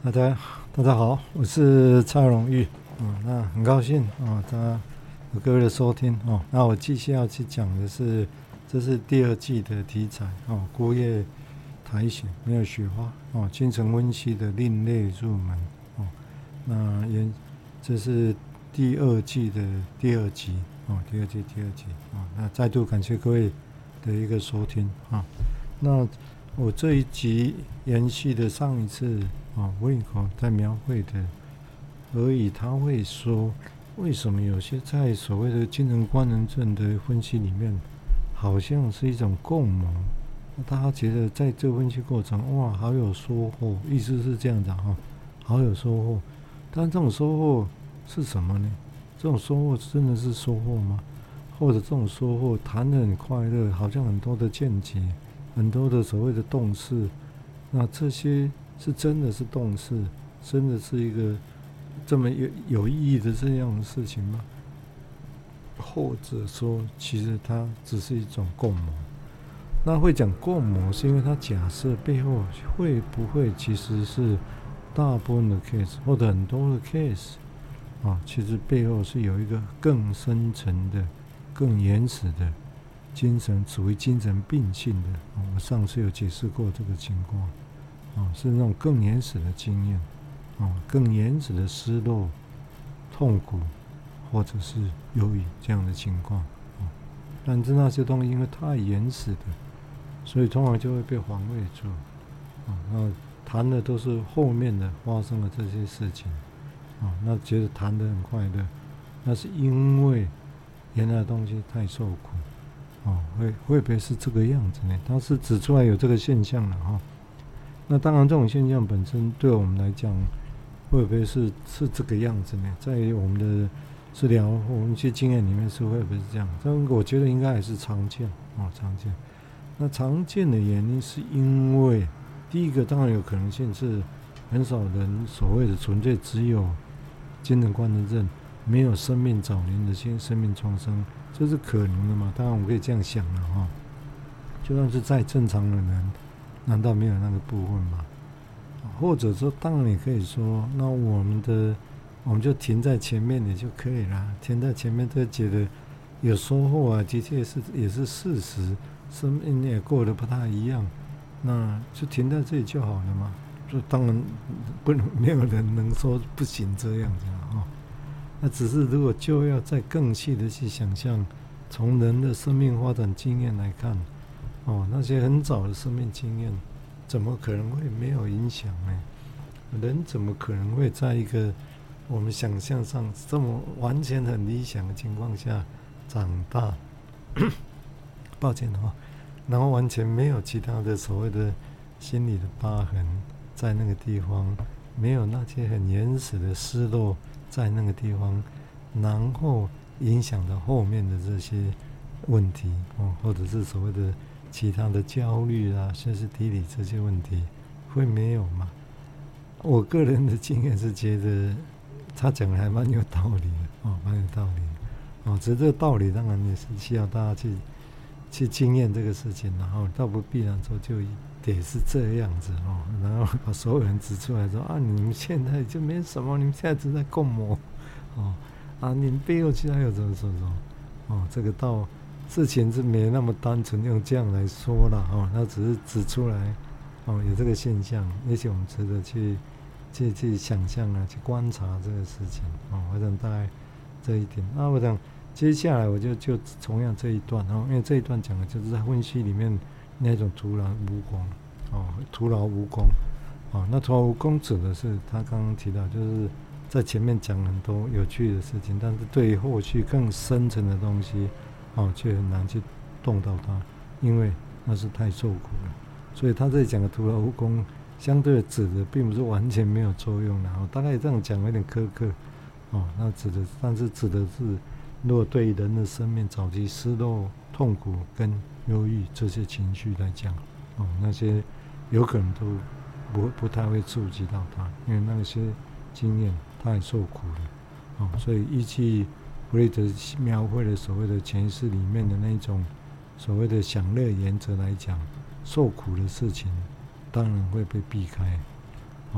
大家大家好，我是蔡荣玉。那很高兴大家有各位的收听那我继续要去讲的是，这是第二季的题材郭叶苔藓没有雪花京城温溪的另类入门那这是第二季的第二集第二季那再度感谢各位的一个收听那我这一集延续的上一次Winco 在描绘的而已，他会说为什么有些在所谓的精神官能症的分析里面好像是一种共谋，大家觉得在这个分析过程哇好有收获，意思是这样的好有收获，但这种收获是什么呢？这种收获真的是收获吗？或者这种收获谈得很快乐，好像很多的见解，很多的所谓的动势，那这些是真的是动势，真的是一个这么有意义的这样的事情吗？或者说其实它只是一种共谋？那会讲共谋是因为它假设背后会不会其实是大部分的 case 或者很多的 case其实背后是有一个更深层的更原始的精神，属于精神病性的我上次有解释过这个情况是那种更原始的经验更原始的失落、痛苦或者是忧郁这样的情况但是那些东西因为太原始的，所以通常就会被防卫住那谈的都是后面的发生的这些事情那觉得谈得很快乐，那是因为原来的东西太受苦会不会是这个样子呢？他是指出来有这个现象了那当然这种现象本身对我们来讲会不会是这个样子呢？在我们的治疗或我们一些经验里面是会不会是这样？这我觉得应该还是常见常见。那常见的原因是因为第一个当然有可能性是很少人所谓的纯粹只有精神官能症，没有生命早年的生命创伤，这是可能的嘛？当然我们可以这样想了就算是再正常的人，难道没有那个部分吗？或者说当然你可以说那我们就停在前面也就可以了，停在前面就觉得有收获的确也是事实，生命也过得不太一样，那就停在这里就好了嘛。就当然没有人能说不行这样子那只是如果就要再更细的去想象，从人的生命发展经验来看那些很早的生命经验怎么可能会没有影响呢？人怎么可能会在一个我们想象上这么完全很理想的情况下长大抱歉然后完全没有其他的所谓的心理的疤痕在那个地方，没有那些很原始的失落在那个地方，然后影响到后面的这些问题或者是所谓的其他的焦虑歇斯底里这些问题会没有吗？我个人的经验是觉得他讲的还蛮有道理的蛮有道理的只是这个道理当然也是需要大家去经验这个事情，然后倒不必然说就得是这样子然后把所有人指出来说你们现在就没什么，你们现在只在共谋你们背后其他有怎么这个到事情是没那么单纯用这样来说啦那只是指出来有这个现象，也许我们值得去想象去观察这个事情我想大概这一点。那我想接下来我就同样这一段因为这一段讲的就是在分析里面那种徒劳无功徒劳无功那徒劳无功指的是他刚刚提到，就是在前面讲很多有趣的事情，但是对于后续更深层的东西却很难去动到它，因为那是太受苦了。所以他这里讲的徒劳无功相对的指的并不是完全没有作用的大概这样讲有点苛刻那但是指的是如果对于人的生命早期失落、痛苦跟忧郁这些情绪来讲那些有可能都不太会触及到他，因为那些经验太受苦了所以依据弗雷德描绘的所谓的潜意识里面的那种所谓的享乐原则来讲，受苦的事情当然会被避开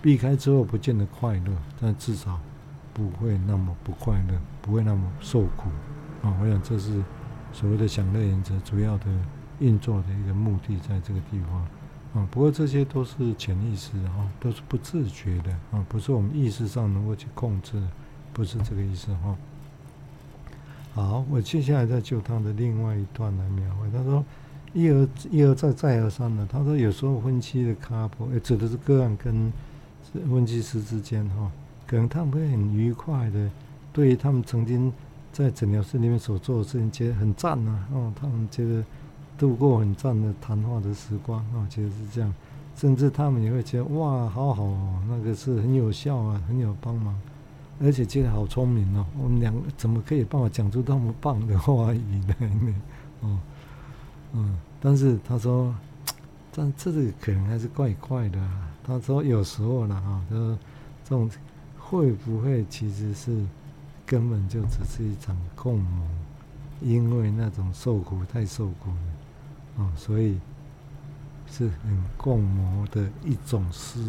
避开之后不见得快乐，但至少不会那么不快乐，不会那么受苦我想这是所谓的享乐原则主要的运作的一个目的，在这个地方不过这些都是潜意识都是不自觉的不是我们意识上能够去控制的，不是这个意思好，我接下来再就他的另外一段来描绘。他说一而再而三的，他说有时候分期的 couple 指的是个案跟分析师之间可能他们会很愉快的对于他们曾经在诊疗室里面所做的事情觉得很赞他们觉得度过很赞的谈话的时光觉得是这样，甚至他们也会觉得哇好好那个是很有效很有帮忙，而且觉得好聪明我们两个怎么可以帮我讲出那么棒的话语呢但是他说但这个可能还是怪怪的他说有时候就是这种会不会其实是根本就只是一场共谋，因为那种受苦太受苦了所以是很共谋的一种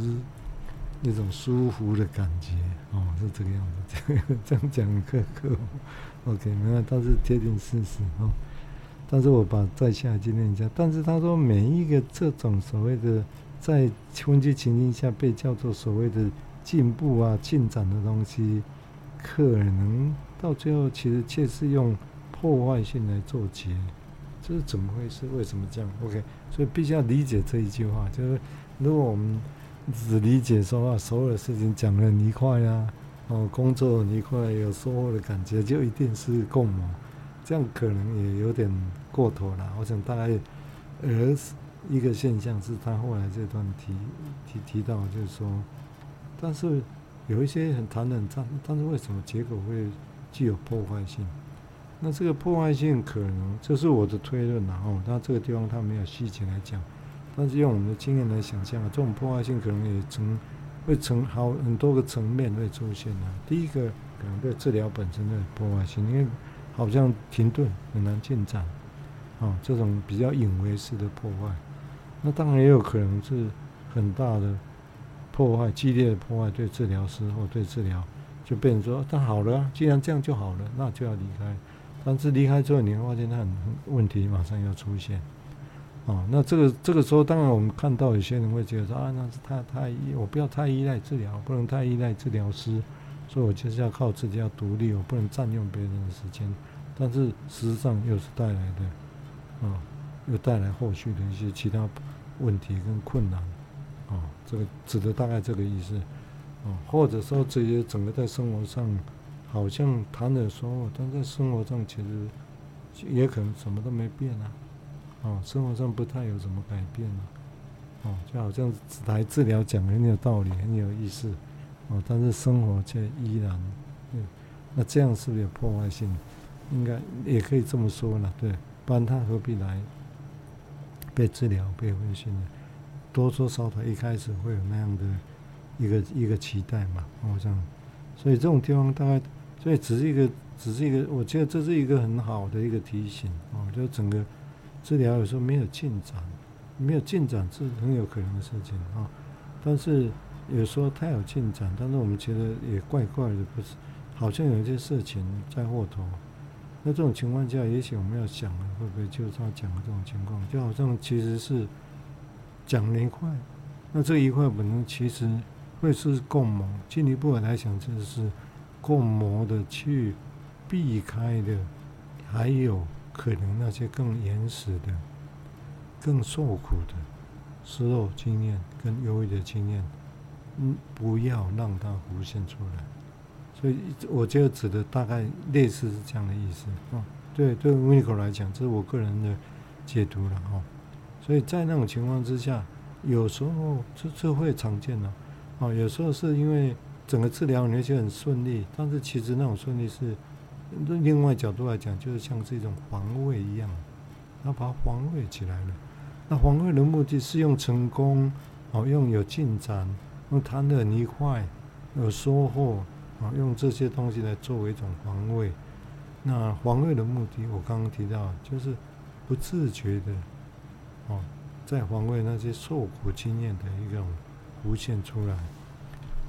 舒服的感觉是这个样子这样讲很苛刻OK 没有，但是贴近事实但是我把再下去念一下，但是他说每一个这种所谓的在分析情境下被叫做所谓的进步进展的东西，可能到最后其实却是用破坏性来做结，这是怎么回事？为什么这样 ？OK， 所以必须要理解这一句话，就是如果我们只理解说所有的事情讲得很愉快工作很愉快，有收获的感觉，就一定是共谋，这样可能也有点过头了。我想大概一个现象是他后来这段提到，就是说，但是有一些很谈得很赞，但是为什么结果会具有破坏性？那这个破坏性可能，这是我的推论那这个地方他没有细节来讲，但是用我们的经验来想象这种破坏性可能也会很多个层面会出现第一个可能对治疗本身的破坏性，因为好像停顿很难进展这种比较隐微式的破坏，那当然也有可能是很大的破坏，激烈的破坏对治疗师或对治疗，就变成说，但好了既然这样就好了，那就要离开。但是离开之后，你会发现它问题马上要出现那这个时候，当然我们看到有些人会觉得说那是我不要太依赖治疗，不能太依赖治疗师，所以我就是要靠自己要独立，我不能占用别人的时间。但是事实上又是带来的又带来后续的一些其他问题跟困难这个指的大概这个意思或者说这些整个在生活上好像谈了说，但在生活上其实也可能什么都没变生活上不太有什么改变就好像来治疗讲很有道理很有意思但是生活却依然那这样是不是有破坏性？应该也可以这么说了，对，不然他何必来被治疗被分析呢？多多少少一开始会有那样的一个期待嘛我想，所以这种地方大概，所以只是一个，我觉得这是一个很好的一个提醒就整个治疗有时候没有进展是很有可能的事情但是有时候太有进展，但是我们觉得也怪怪的，不是，好像有一些事情在后头。那这种情况下，也许我们要想了，会不会就是他讲的这种情况，就好像其实是讲了一块，那这一块本身其实会是共谋，进一步来讲就是共谋的去避开的，还有可能那些更原始的、更受苦的失落经验跟忧郁的经验，不要让它浮现出来。所以我觉得指的大概类似是这样的意思对 Winiko 来讲，这是我个人的解读了所以在那种情况之下，有时候这会常见的有时候是因为整个治疗你会觉得很顺利，但是其实那种顺利是另外角度来讲，就是像是一种防卫一样，它把它防卫起来了。那防卫的目的是用成功用有进展，用谈得很愉快，有收获用这些东西来作为一种防卫。那防卫的目的，我刚刚提到，就是不自觉的在防卫那些受苦经验的一种浮现出来。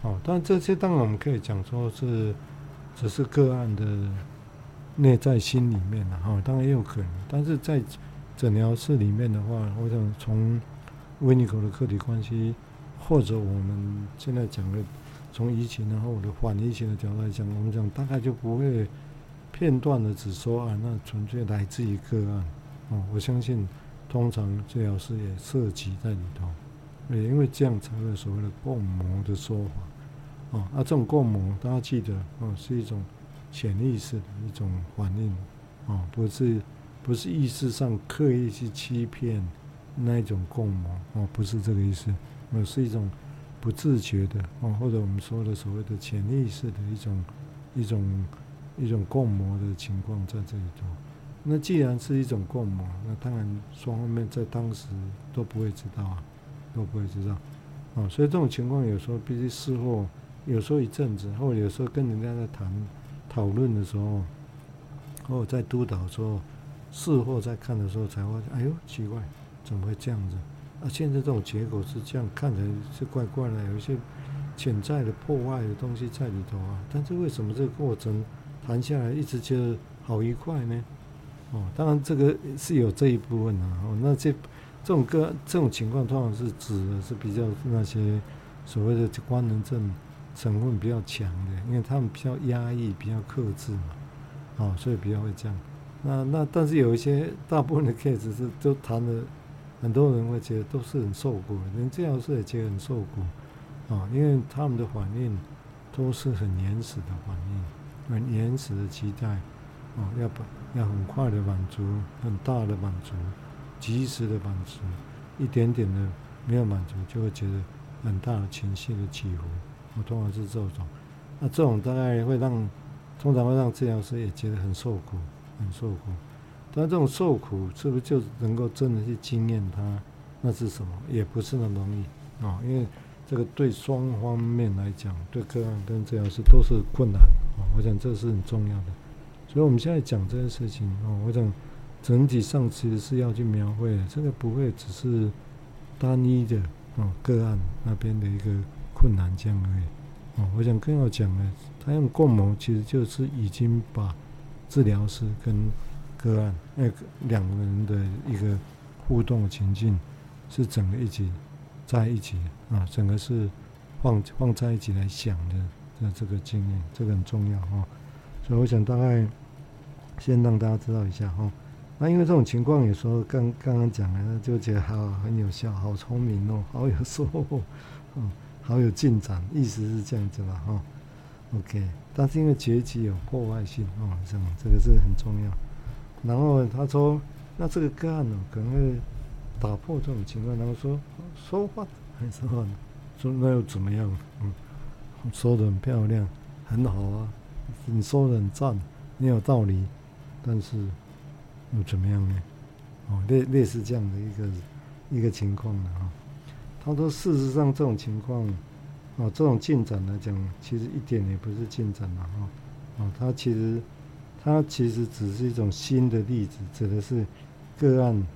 但这些当然我们可以讲说是只是个案的内在心里面当然也有可能，但是在诊疗室里面的话，我想从维尼口的客体关系，或者我们现在讲的从移情然后的反移情的角度来讲，我们讲大概就不会片段的只说那纯粹来自于个案我相信通常治疗师也涉及在里头，因为这样才会有所谓的共谋的说法这种共谋大家记得是一种潜意识的一种反应不是意识上刻意去欺骗那一种共谋不是这个意思，是一种不自觉的或者我们说的所谓的潜意识的一种共谋的情况在这里头。那既然是一种共谋，那当然双方面在当时都不会知道所以这种情况有时候必须事后，有时候一阵子，或者有时候跟人家在讨论的时候，或者在督导的时候，事后在看的时候才发现，哎呦奇怪，怎么会这样子现在这种结果是这样，看起来是怪怪的，有一些潜在的破坏的东西在里头但是为什么这个过程谈下来一直觉得好愉快呢当然这个是有这一部分那这种情况通常是指的是比较那些所谓的官能症成分比较强的，因为他们比较压抑比较克制嘛所以比较会这样。那但是有一些大部分的 case 是都谈的，很多人会觉得都是很受苦的，连治疗师也觉得很受苦因为他们的反应都是很原始的反应，很原始的期待要很快的满足，很大的满足，及时的满足，一点点的没有满足就会觉得很大的情绪的起伏通常是这种这种大概通常会让治疗师也觉得很受苦。但这种受苦是不是就能够真的去经验它？那是什么？也不是那么容易因为这个对双方面来讲，对个案跟治疗师都是困难我想这是很重要的。所以我们现在讲这件事情我想整体上其实是要去描绘的，这个不会只是单一的个案那边的一个困难这样而已我想更要讲的，他用共谋其实就是已经把治疗师跟个案两个人的一个互动的情境是整个一起在一起整个是放在一起来想的这个经验，这个很重要所以我想大概先让大家知道一下那因为这种情况有时候刚刚讲的就觉得很有效，好聪明好有收获好有进展，意思是这样子吧OK， 但是因为结集有破坏性这个是很重要。然后他说，那这个个案可能会打破这种情况，然后说话说那又怎么样？说得很漂亮，很好你说得很赞，你有道理，但是又怎么样呢？类似这样的一个情况的他说，事实上这种情况这种进展来讲，其实一点也不是进展它其实只是一种新的例子，指的是个案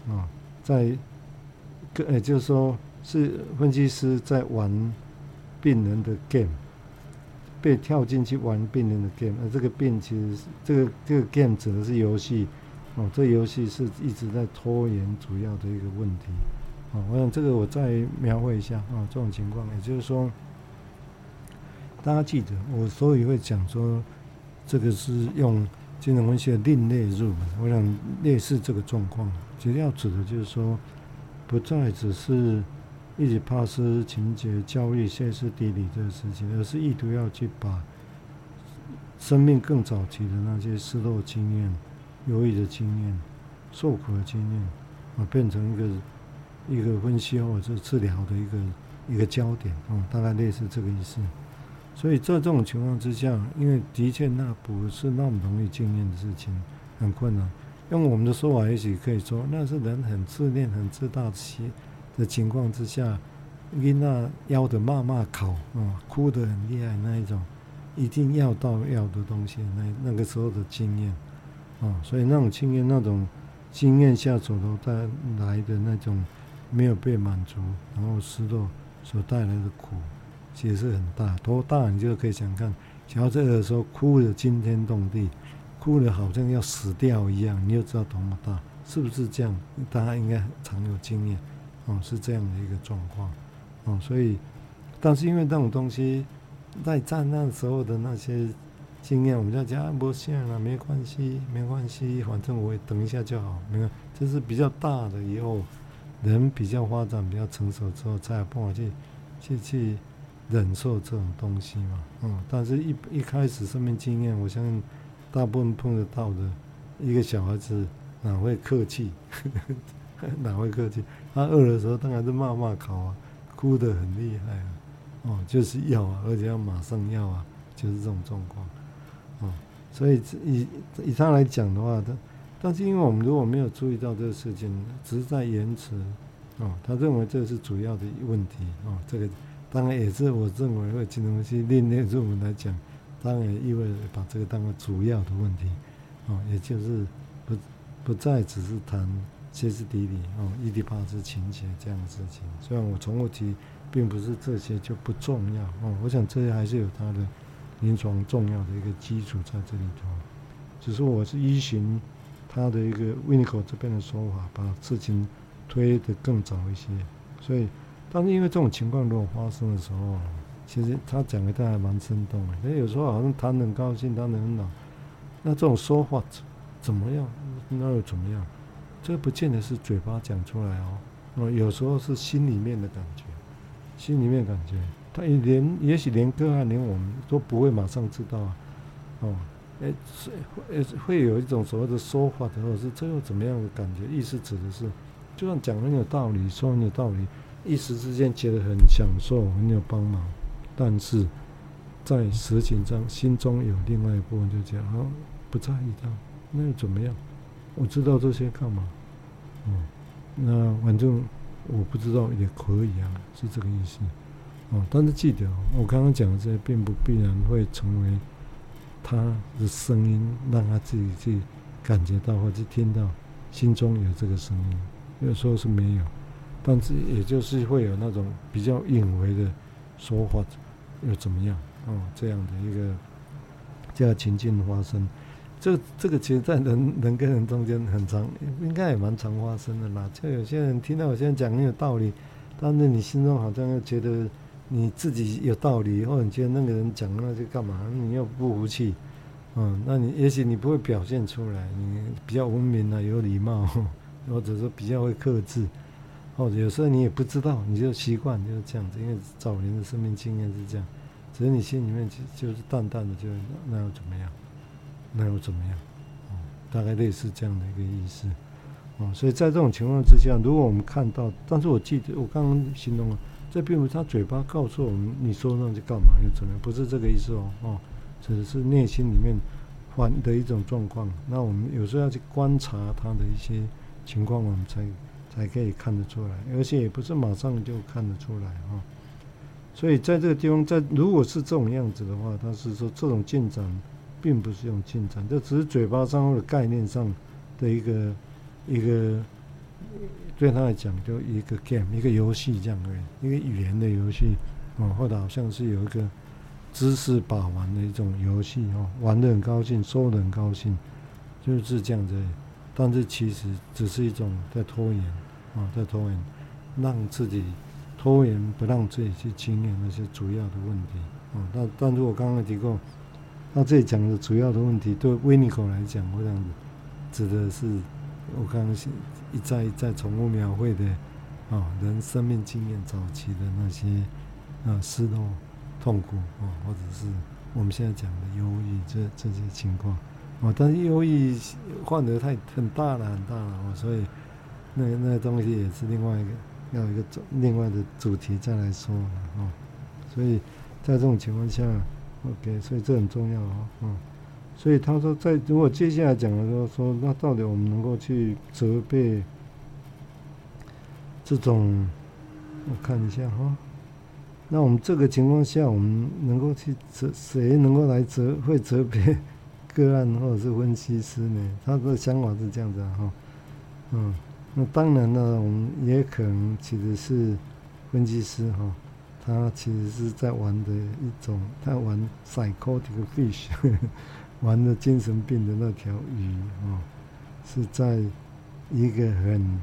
就是说是分析师在玩病人的 game， 被跳进去玩病人的 game， 这个病其实这个 game 指的是游戏这个游戏是一直在拖延主要的一个问题我想这个我再描绘一下这种情况，也就是说，大家记得我所以会讲说，这个是用精神分析的另类入门。我想类似这个状况，其实要指的就是说，不再只是一直帕斯情节、焦虑、歇斯底里这个事情，而是意图要去把生命更早期的那些失落经验、忧郁的经验、受苦的经验变成一个分析或者是治疗的一个焦点大概类似这个意思。所以在这种情况之下，因为的确那不是那么容易经验的事情，很困难。用我们的说法，也许可以说，那是人很自恋、很自大的情况之下，因那要的骂考哭得很厉害那一种，一定要到要的东西，那个时候的经验所以那种经验，那种经验下手头带来的那种没有被满足，然后失落所带来的苦， 其实是很大，多大你就可以想看。小孩子的时候哭得惊天动地，哭得好像要死掉一样，你就知道多么大，是不是这样？大家应该常有经验，是这样的一个状况，所以，但是因为那种东西，在那时候的那些经验，我们就讲不行了，没关系，没关系，反正我等一下就好，没有，这是比较大的以后，人比较发展比较成熟之后，才有办法去忍受这种东西嘛，但是一开始生命经验，我相信大部分碰得到的一个小孩子哪会客气，哪会客气？他饿的时候当然是骂考啊，哭得很厉害啊，就是要啊，而且要马上要啊，就是这种状况，所以以他来讲的话，但是因为我们如果没有注意到这个事情，只是在延迟，他认为这是主要的问题，这个当然也是我认为会这东西列入我们来讲，当然也意味着把这个当作主要的问题，也就是不再只是谈歇斯底里，伊底帕斯情节这样的事情。虽然我重复提，并不是这些就不重要，我想这些还是有它的临床重要的一个基础在这里头，只是我是依循他的一个Winnicott这边的说法，把事情推得更早一些。所以，但是因为这种情况如果发生的时候，其实他讲的还蛮生动的。但有时候好像谈得很高兴，谈得很好，那这种说法怎么样？那又怎么样？这不见得是嘴巴讲出来有时候是心里面的感觉，心里面的感觉，他也许连个案连我们都不会马上知道会有一种所谓的说法的，或者是这又怎么样的感觉？意思指的是，就算讲很有道理，说很有道理，一时之间觉得很享受，很有帮忙，但是在实情上，心中有另外一部分就讲不在意它，那又怎么样？我知道这些干嘛？那反正我不知道也可以啊，是这个意思。但是记得我刚刚讲的这些，并不必然会成为他的声音，让他自己去感觉到或者听到，心中有这个声音。有时候是没有，但是也就是会有那种比较隐微的说法，又怎么样？这样的一个这样情境发生。这个其实在人跟人中间很常，应该也蛮常发生的啦。就有些人听到有些人讲很有道理，但是你心中好像又觉得你自己有道理，或者你觉得那个人讲那就干嘛，你又不服气，那你也许你不会表现出来，你比较文明啊，有礼貌，或者说比较会克制，或者有时候你也不知道，你就习惯就是这样子，因为早年的生命经验是这样，只是你心里面就是淡淡的，就那又怎么样？那又怎么样？大概类似这样的一个意思。所以在这种情况之下，如果我们看到，但是我记得我刚刚形容了，这并不是他嘴巴告诉我们你说那就干嘛又怎么样，不是这个意思只是内心里面的一种状况。那我们有时候要去观察他的一些情况，我们才可以看得出来，而且也不是马上就看得出来所以在这个地方，如果是这种样子的话，他是说这种进展并不是用进展，这只是嘴巴上或者概念上的一个对他来讲就一个 game 一个游戏这样而已，一个语言的游戏或者好像是有一个知识把玩的一种游戏玩得很高兴，收得很高兴，就是这样子而已。但是其实只是一种在拖延在拖延，让自己拖延，不让自己去经验那些主要的问题但如果刚刚提过。那这里讲的主要的问题，对Winnicott来讲，我想指的是我刚刚一再一再重复描绘的人生命经验早期的那些失落、痛苦或者是我们现在讲的忧郁这些情况但是忧郁患得很大了所以那个东西也是另外一个要有一个另外的主题再来说所以在这种情况下。OK， 所以这很重要所以他说，如果接下来讲的时候说，那到底我们能够去责备这种，我看一下那我们这个情况下，我们能够去谁能够来会责备个案或者是分析师呢？他的想法是这样子那当然呢，我们也可能其实是分析师他其实是在玩的一种，他玩 psychotic fish， 玩的精神病的那条鱼是在一个很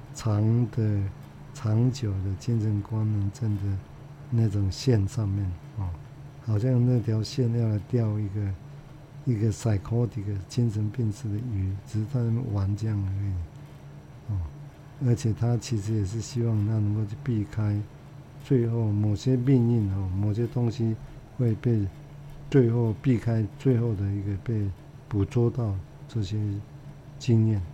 长久的精神官能症的那种线上面好像那条线要来钓一个 psychotic 精神病式的鱼，只是在那边玩这样而已而且他其实也是希望他能够去避开最后某些命运某些东西会被最后避开最后的一个被捕捉到这些经验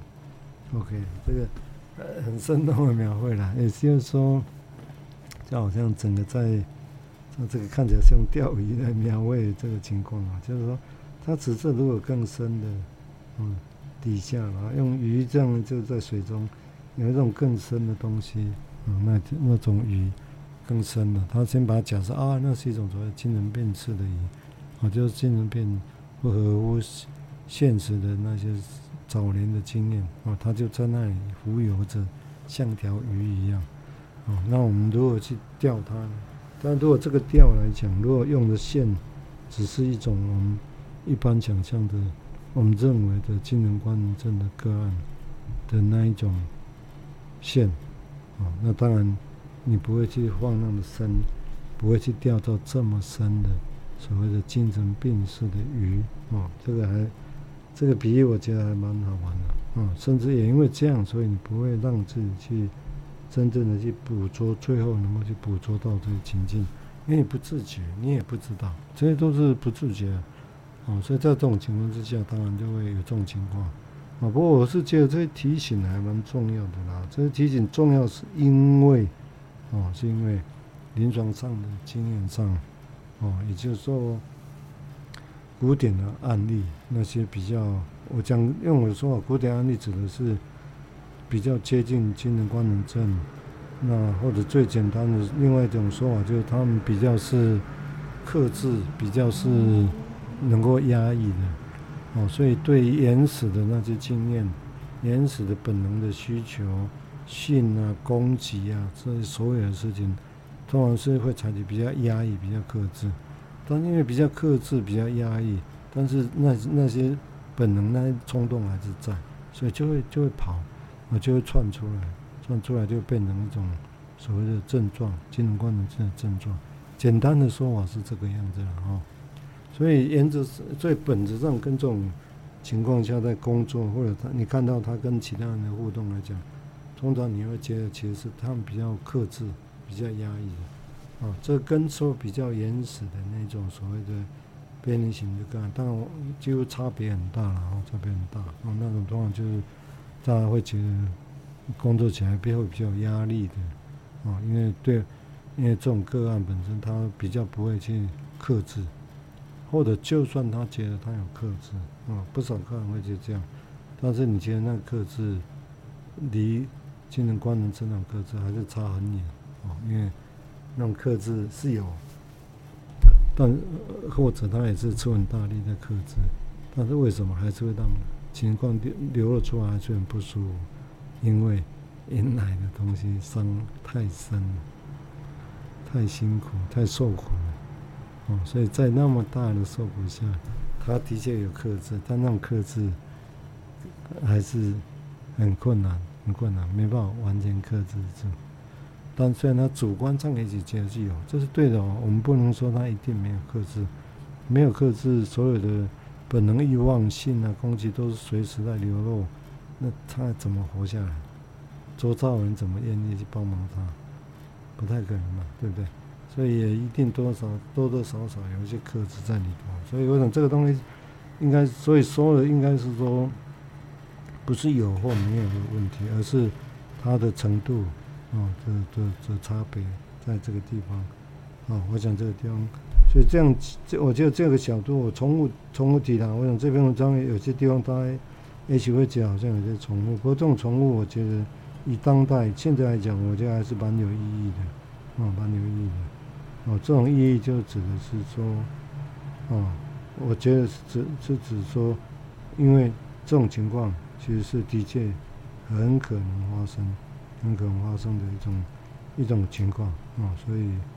OK， 这个很生动的描绘啦，也就是说，就好像整个在这个看起来是用钓鱼来描绘这个情况就是说，它紫色如果更深的底下用鱼这样就在水中有一种更深的东西那种鱼更深的，他先把它假设那是一种所谓精神病式的鱼就是精神病不合乎现实的那些早年的经验他就在那里浮游着，像条鱼一样那我们如果去钓它呢？但如果这个钓来讲，如果用的线只是一种我们一般想象的我们认为的精神官能症的个案的那一种线那当然你不会去放那么深，不会去钓到这么深的所谓的精神病式的鱼这个比喻我觉得还蛮好玩的甚至也因为这样，所以你不会让自己去真正的去捕捉，最后能够去捕捉到这个情境，因为你不自觉，你也不知道，这些都是不自觉的所以在这种情况之下，当然就会有这种情况不过我是觉得这些提醒还蛮重要的啦。这些提醒重要是因为临床上的经验上也就是说古典的案例那些比较，用我的说法，古典案例指的是比较接近精神官能症，那或者最简单的另外一种说法就是他们比较是克制，比较是能够压抑的所以对于原始的那些经验，原始的本能的需求，性攻击这些所有的事情，通常是会采取比较压抑、比较克制。但因为比较克制、比较压抑，但是那些本能、那些冲动还是在，所以就会跑，就会窜出来就变成一种所谓的症状，精神官能症的症状。简单的说法是这个样子所以所以本质上跟这种情况下在工作，或者你看到他跟其他人的互动来讲，通常你会觉得其实是他们比较克制、比较压抑的这跟说比较原始的那种所谓的边缘型的个案，当然几乎差别很大了差别很大那种通常就是大家会觉得工作起来会比较有压力的因为这种个案本身他比较不会去克制，或者就算他觉得他有克制不少个案会就这样，但是你觉得那个克制离精神官能症那种克制还是差很远因为那种克制是有，但或者他也是出很大力的克制，但是为什么还是会让情况流露出来还是很不舒服？因为原来的东西伤太深了，太辛苦，太受苦了所以在那么大的受苦下，他的确有克制，但那种克制还是很困难，没办法完全克制住。但虽然他主观上也许觉得是有，这是对的我们不能说他一定没有克制，没有克制，所有的本能欲望性攻击都是随时在流露，那他怎么活下来？周遭人怎么愿意去帮忙他？不太可能嘛，对不对？所以也一定多多少少有一些克制在里头。所以我想这个东西应该，所以说的应该是说，不是有或没有的问题，而是它的程度的差别在这个地方我想这个地方，所以这样，我觉得这个角度我重复提它。我想这篇文章有些地方大家也许会觉得好像有些重复，不过这种重复我觉得以当代现在来讲，我觉得还是蛮有意义的蛮有意义的这种意义就指的是说我觉得是指说，因为这种情况其实是的确很可能发生的一种情况所以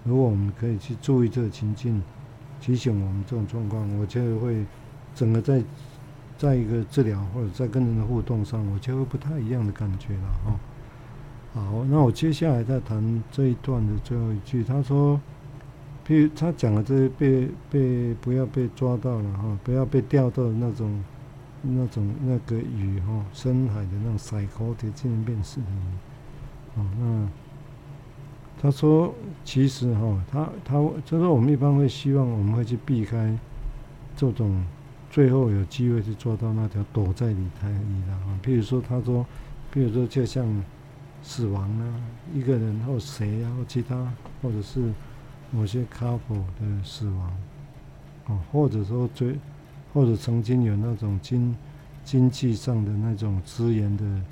如果我们可以去注意这个情境，提醒我们这种状况，我觉得会整个在一个治疗或者在跟人的互动上，我觉得会不太一样的感觉了哈。好，那我接下来再谈这一段的最后一句，他说，譬如他讲的这些不要被抓到了哈，不要被钓到那个鱼哈，深海的那种psychotic渐变式的鱼，那他说其实哈，他就是我们一般会希望我们会去避开这种最后有机会去做到那条躲在里太里的哈，譬如说他说，譬如说就像死亡啊，一个人或谁啊，或其他，或者是某些 couple 的死亡，或者说或者曾经有那种经济上的那种资源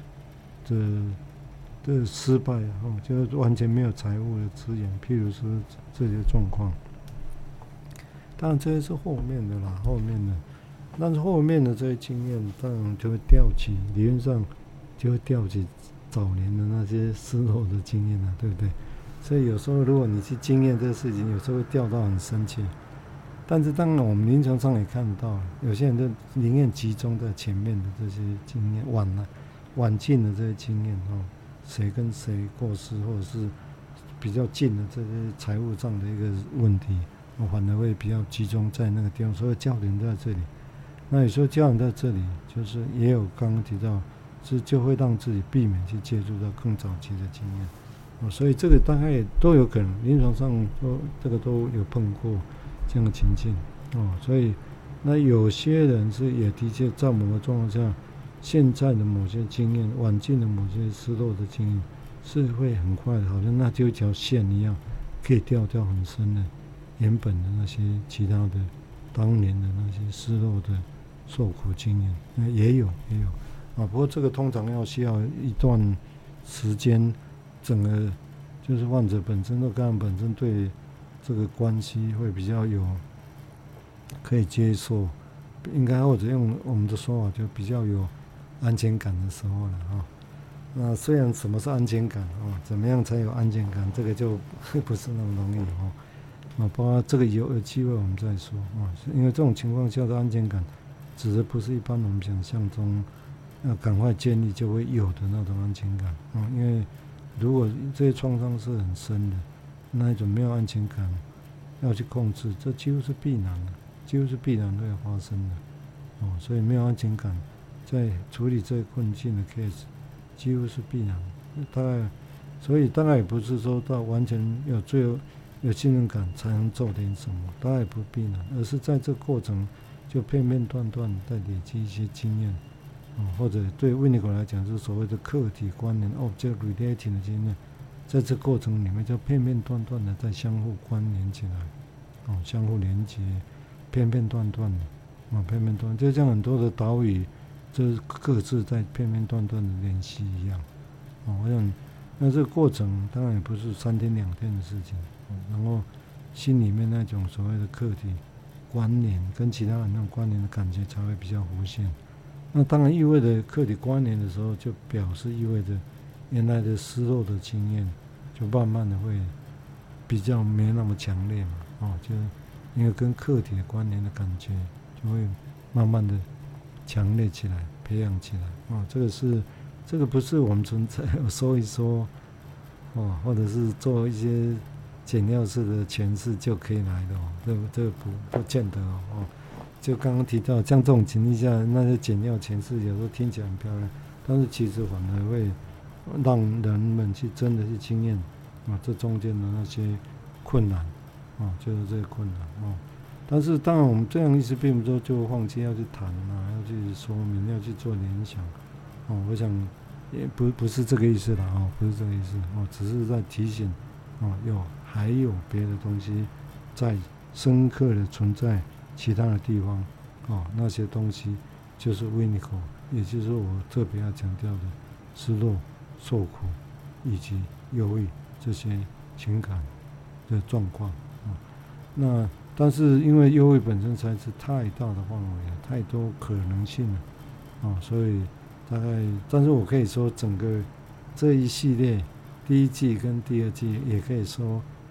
的失败，就是完全没有财务的资源，譬如说这些状况。当然这些是后面的啦，但是后面的这些经验，当然就会理论上就会吊起早年的那些失落的经验啊，对不对？所以有时候如果你去经验这个事情，有时候会掉到很深切。但是当然我们临床上也看到，有些人就宁愿集中在前面的这些经验，晚近的这些经验，谁跟谁过世，或者是比较近的这些财务上的一个问题，我反而会比较集中在那个地方，所以焦点在这里。那有时候焦点在这里，就是也有刚刚提到，就会让自己避免去接触到更早期的经验，所以这个大概也都有可能，临床上这个都有碰过这样的情境，所以那有些人是也的确在某个状况下，现在的某些经验，晚近的某些失落的经验，是会很快的，好像那就一条线一样，可以掉很深的原本的那些其他的当年的那些失落的受苦经验，也有不过这个通常需要一段时间，整个就是患者本身个案本身对这个关系会比较有可以接受，应该或者用我们的说法就比较有安全感的时候了那虽然什么是安全感怎么样才有安全感，这个就不是那么容易包括这个有机会我们再说因为这种情况下的安全感，指的不是一般我们想象中要赶快建立就会有的那种安全感因为如果这些创伤是很深的，那一种没有安全感要去控制，这几乎是必然会发生的所以没有安全感在处理这个困境的 case 几乎是必然的，所以当然也不是说到完全有信任感才能做点什么，当然也不必然，而是在这个过程就片段在累积一些经验或者对Winnicott来讲是所谓的客体关联 object relating 的经验，在这过程里面就片段的在相互关联起来相互连接，片段的就像很多的岛屿就是各自在片段的联系一样我想那这个过程当然也不是3天2天的事情然后心里面那种所谓的客体关联跟其他人那种关联的感觉才会比较浮现。那当然意味着客体关联的时候，就表示意味着原来的失落的经验就慢慢的会比较没那么强烈嘛就因为跟客体的关联的感觉就会慢慢的强烈起来，培养起来这个不是我们存在说一说或者是做一些简要式的诠释就可以来的这个不见得就刚刚提到像这种情况下，那些简要诠释有时候听起来很漂亮，但是其实反而会让人们去真的去经验这中间的那些困难就是这个困难但是当然我们这样意思并不是说就放弃要去谈要去说明，要去做联想我想也不是这个意思啦不是这个意思只是在提醒还有别的东西在深刻的存在其他的地方那些东西就是 Winnicott 也就是我特别要强调的失落、受苦以及忧郁这些情感的状况那但是因为忧郁本身才是太大的范围了，太多可能性了所以大概但是我可以说整个这一系列第一季跟第二季也可以说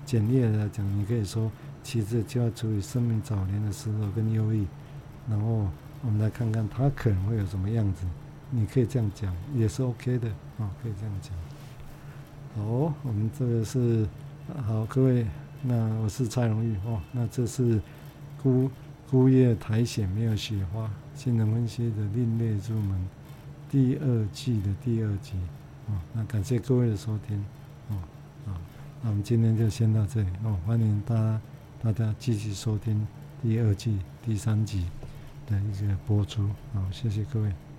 简略的来讲，你可以说，其实就要处理生命早年的失落跟忧郁，然后我们来看看他可能会有什么样子。你可以这样讲，也是 OK 的啊，可以这样讲。好，我们这个是好，各位，那我是蔡荣玉哦，那这是孤叶苔藓没有雪花，新人分析的另类入门第2季的第2集哦，那感谢各位的收听哦，那我们今天就先到这里哦，欢迎大家继续收听第2季第3集的一个播出，好，谢谢各位。